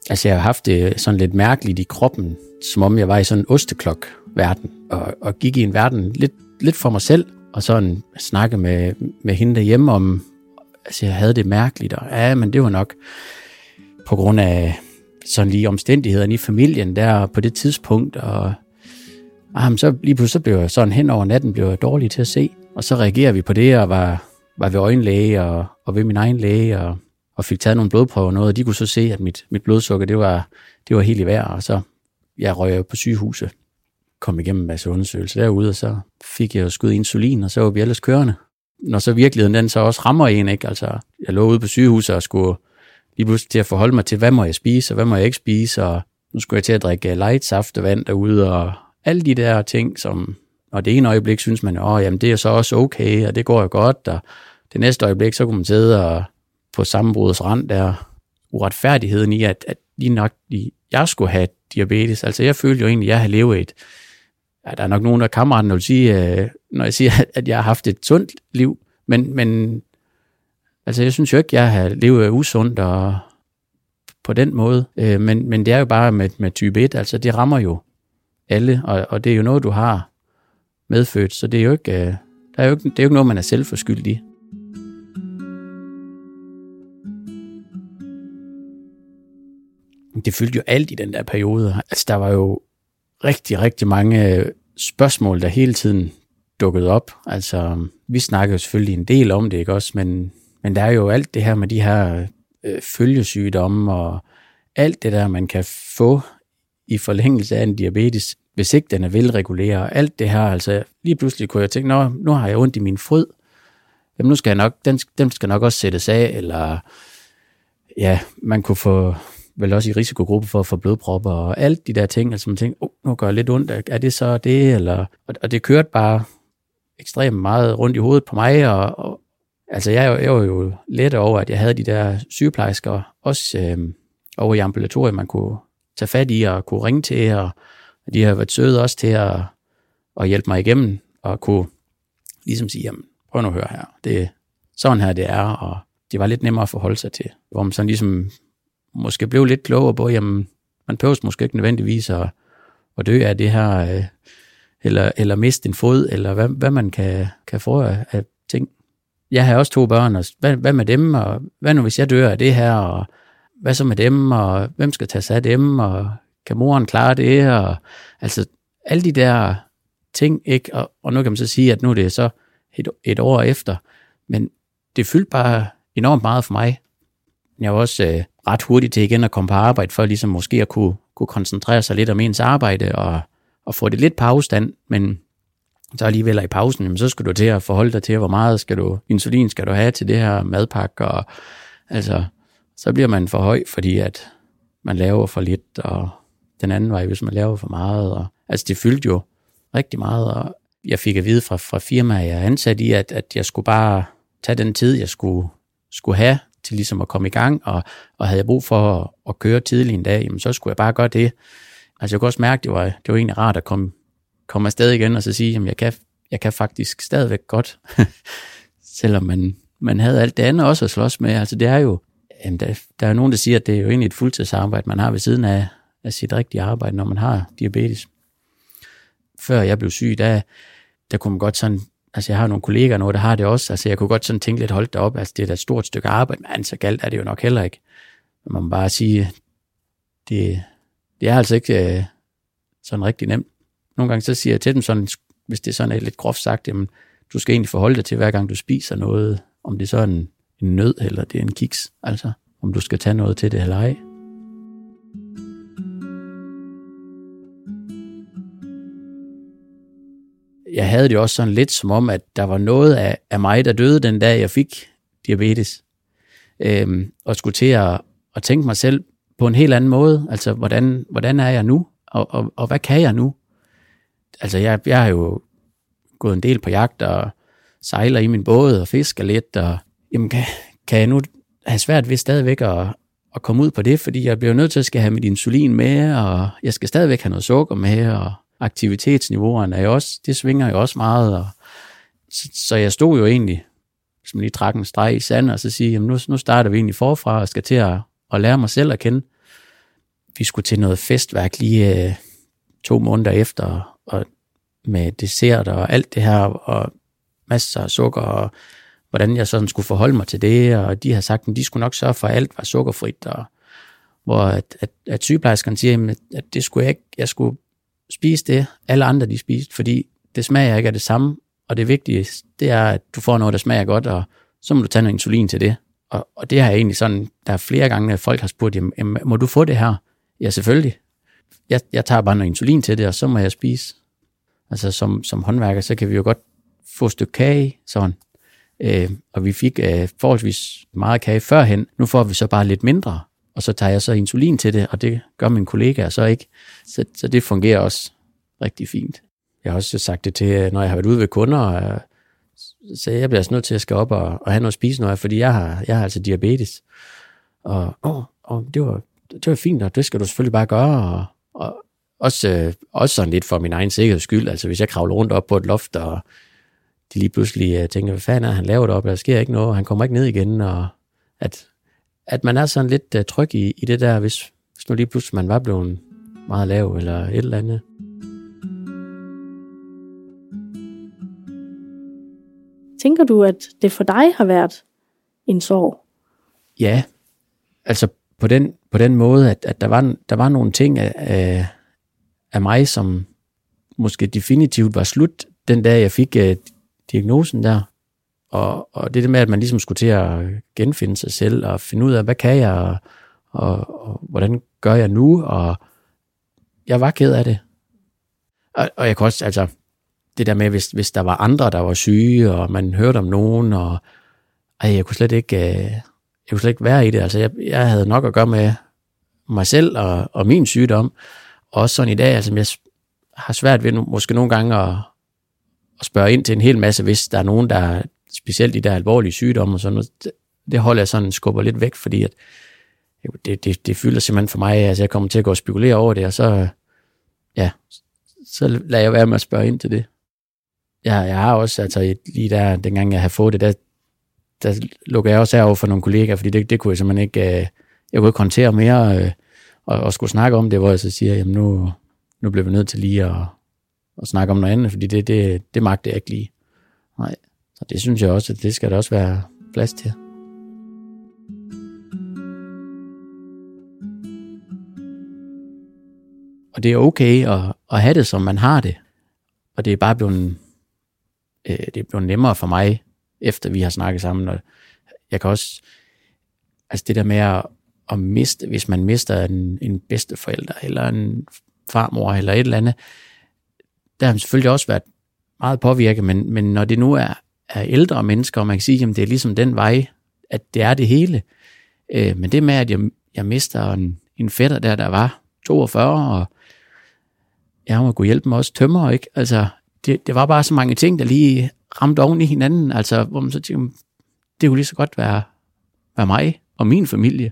Altså, jeg har haft det sådan lidt mærkeligt i kroppen, som om jeg var i sådan en osteklok-verden, og gik i en verden lidt for mig selv, og sådan snakke med hende derhjemme om, altså, jeg havde det mærkeligt, og ja, men det var nok på grund af sådan lige omstændighederne i familien der på det tidspunkt, og så lige pludselig blev jeg sådan hen over natten, blev jeg dårlig til at se, og så reagerer vi på det, og var ved øjenlæge og ved min egen læge, og fik taget nogle blodprøver og noget, og de kunne så se, at mit blodsukker, det var helt i vejr, og så jeg røg på sygehuset, kom igennem en masse undersøgelser derude, og så fik jeg jo skudt insulin, og så var vi ellers kørende. Når så virkeligheden den så også rammer en, ikke? Altså, jeg lå ude på sygehuset og skulle lige pludselig til at forholde mig til, hvad må jeg spise, og hvad må jeg ikke spise, og nu skulle jeg til at drikke light saftevand derude, og alle de der ting, som, og det ene øjeblik synes man, jamen det er så også okay, og det går jo godt, og det næste øjeblik, så kunne man sidde og på sammenbrudets rand der, uretfærdigheden i, at lige nok jeg skulle have diabetes. Altså jeg følte jo egentlig, at jeg har levet et, der er nok nogen af kammeraterne, der vil sige, når jeg siger, at jeg har haft et sundt liv, men altså jeg synes jo ikke, jeg har levet usundt og på den måde, men det er jo bare med type 1, altså det rammer jo alle, og det er jo noget, du har medfødt, så det er jo ikke, det er jo ikke noget, man er selvforskyldt i. Det fyldte jo alt i den der periode. Altså, der var jo rigtig, rigtig mange spørgsmål, der hele tiden dukkede op. Altså, vi snakker jo selvfølgelig en del om det, ikke også? Men der er jo alt det her med de her følgesygdomme, og alt det der, man kan få i forlængelse af en diabetes, hvis ikke den er velreguleret. Alt det her, altså, lige pludselig kunne jeg tænke, nu har jeg ondt i min fryd. Jamen, nu skal jeg nok, den skal nok også sættes af, eller ja, man kunne få vel også i risikogruppe for at få blodpropper og alt de der ting, altså man tænker, nu gør jeg lidt ondt, er det så det, eller, og det kørte bare ekstremt meget rundt i hovedet på mig, og altså jeg var jo let over, at jeg havde de der sygeplejersker, også over i ambulatoriet, man kunne tage fat i og kunne ringe til, og de har været søde også til at hjælpe mig igennem, og kunne ligesom sige, jamen prøv nu at høre her, det er sådan her det er, og det var lidt nemmere at forholde sig til, hvor man sådan ligesom måske blev lidt klogere på, jamen, man behøver måske ikke nødvendigvis at dø af det her, eller miste en fod, eller hvad man kan få af ting. Jeg har også 2 børn, og hvad med dem, og hvad nu hvis jeg dør af det her, og hvad så med dem, og hvem skal tage sig af dem, og kan moren klare det, og altså alle de der ting, ikke? Og nu kan man så sige, at nu er det så et år efter, men det fyldte bare enormt meget for mig. Jeg var også ret hurtigt til igen at komme på arbejde, for ligesom måske at kunne koncentrere sig lidt om ens arbejde, og få det lidt på afstand, men så alligevel i pausen, jamen, så skal du til at forholde dig til, hvor meget insulin skal du have til det her madpakke, og altså, så bliver man for høj, fordi at man laver for lidt, og den anden vej, hvis man laver for meget, og altså det fyldte jo rigtig meget, og jeg fik at vide fra firmaet, jeg er ansat i, at jeg skulle bare tage den tid, jeg skulle have, til ligesom at komme i gang, og havde jeg brug for at køre tidlig en dag, jamen så skulle jeg bare gøre det. Altså jeg kunne også mærke, det var egentlig rart at komme afsted igen, og så sige, jamen jeg kan faktisk stadigvæk godt, selvom man havde alt det andet også at slås med. Altså det er jo, jamen der er nogen, der siger, at det er jo egentlig et fuldtidsarbejde, man har ved siden af sit rigtige arbejde, når man har diabetes. Før jeg blev syg, der kunne man godt sådan, altså jeg har nogle kollegaer nu, der har det også, altså jeg kunne godt sådan tænke lidt, hold da op, altså det er da et stort stykke arbejde, men så galt er det jo nok heller ikke. Man må bare sige, det er altså ikke sådan rigtig nemt. Nogle gange så siger jeg til dem sådan, hvis det sådan er lidt groft sagt, jamen du skal egentlig forholde dig til, hver gang du spiser noget, om det er så en nød, eller det er en kiks, altså om du skal tage noget til det eller ej. Jeg havde det også sådan lidt som om, at der var noget af mig, der døde den dag, jeg fik diabetes. Og skulle til at tænke mig selv på en helt anden måde. Altså, hvordan er jeg nu? Og hvad kan jeg nu? Altså, jeg har jo gået en del på jagt og sejler i min båd og fisker lidt. Og jamen, kan jeg nu have svært ved stadigvæk at komme ud på det? Fordi jeg bliver nødt til at skal have mit insulin med, og jeg skal stadigvæk have noget sukker med, og aktivitetsniveauerne er jo også, det svinger jo også meget, og så jeg stod jo egentlig, hvis man lige trak en streg i sand, og så sige, jamen nu starter vi egentlig forfra, og skal til at lære mig selv at kende. vi skulle til noget festværk lige 2 måneder efter, og med dessert og alt det her, og masser af sukker, og hvordan jeg sådan skulle forholde mig til det, og de har sagt, at de skulle nok sørge for, at alt var sukkerfrit, og hvor at sygeplejerskerne siger, at det skulle jeg skulle spise det, alle andre de spiste, fordi det smager ikke af det samme, og det vigtigste, det er, at du får noget, der smager godt, og så må du tage noget insulin til det. Og det har egentlig sådan, der er flere gange, at folk har spurgt, jamen, må du få det her? Ja, selvfølgelig. Jeg tager bare noget insulin til det, og så må jeg spise. Altså som håndværker, så kan vi jo godt få et stykke kage, sådan. Og vi fik forholdsvis meget kage førhen. Nu får vi så bare lidt mindre, og så tager jeg så insulin til det, og det gør mine kollegaer så ikke. Så det fungerer også rigtig fint. Jeg har også sagt det til, når jeg har været ude ved kunder, så jeg bliver altså nødt til at skal op og have noget at spise noget, fordi jeg har altså diabetes. Og det var fint, og det skal du selvfølgelig bare gøre, og også sådan lidt for min egen sikkerheds skyld. Altså hvis jeg kravler rundt op på et loft, og de lige pludselig tænker, hvad fanden er han laver deroppe, der sker ikke noget, han kommer ikke ned igen, og at man er sådan lidt tryg i det der, hvis nu lige pludselig man var blevet meget lav, eller et eller andet. Tænker du, at det for dig har været en sorg? Ja, altså på den måde, at der var nogle ting af mig, som måske definitivt var slut, den dag jeg fik diagnosen der. Og det med, at man ligesom skulle til at genfinde sig selv, og finde ud af, hvad kan jeg, og hvordan gør jeg nu, og jeg var ked af det. Og jeg kunne også, altså, det der med, hvis der var andre, der var syge, og man hørte om nogen, og jeg kunne slet ikke være i det. Altså, jeg havde nok at gøre med mig selv og min sygdom. Og også sådan i dag, altså, jeg har svært ved måske nogle gange at spørge ind til en hel masse, hvis der er nogen, der specielt de der alvorlige sygdomme og sådan noget. Det holder jeg sådan skubber lidt væk, fordi at det fylder simpelthen for mig. Altså, jeg kommer til at gå og spekulere over det, og så lader jeg være med at spørge ind til det. Jeg har også, altså lige der, dengang jeg havde fået det, der lukker jeg også herover for nogle kollegaer, fordi det kunne jeg simpelthen ikke, jeg kunne ikke håndtere mere, og skulle snakke om det, hvor jeg så siger, jamen nu bliver vi nødt til lige at snakke om noget andet, fordi det magter jeg ikke lige. Nej, så det synes jeg også, at det skal der også være plads til. Og det er okay at have det, som man har det. Og det er bare blevet nemmere for mig, efter vi har snakket sammen. Og jeg kan også, altså det der med at miste, hvis man mister en bedsteforælder, eller en farmor, eller et eller andet, der har man selvfølgelig også været meget påvirket, men når det nu er ældre mennesker, og man kan sige, at det er ligesom den vej, at det er det hele. Men det med, at jeg mister en fætter der var 42, og jeg må kunne hjælpe mig også tømmer, ikke? Altså, det var bare så mange ting, der lige ramte oven i hinanden, altså, hvor man så tænker, det kunne lige så godt være mig og min familie.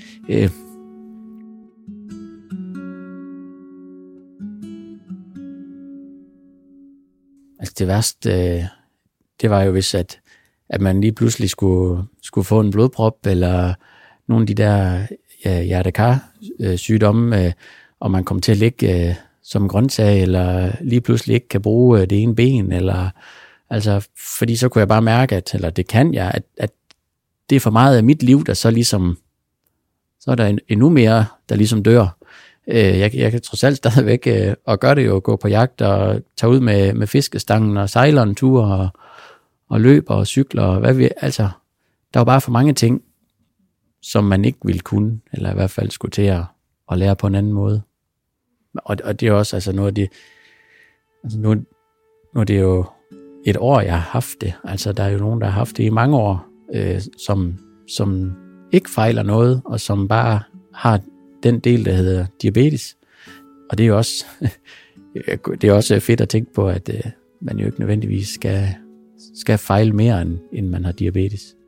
Altså det værste, det var jo hvis, at man lige pludselig skulle få en blodprop, eller nogle af de der hjertekar sygdomme, og man kom til at ligge som grøntsag, eller lige pludselig ikke kan bruge det ene ben, eller altså, fordi så kunne jeg bare mærke, eller det kan jeg, at det er for meget af mit liv, der så ligesom, så er der endnu mere, der ligesom dør. Jeg kan trods alt stadigvæk, og gøre det jo, gå på jagt, og tage ud med fiskestangen, og sejle en tur, og løbe, og cykle, og hvad vi, altså, der var bare for mange ting, som man ikke ville kunne, eller i hvert fald skulle til at lære på en anden måde. Og det er også altså noget af det, altså nu er det jo et år, jeg har haft det. Altså der er jo nogen, der har haft det i mange år, som ikke fejler noget, og som bare har den del, der hedder diabetes. Og det er jo også, det er også fedt at tænke på, at man jo ikke nødvendigvis skal fejle mere, end man har diabetes.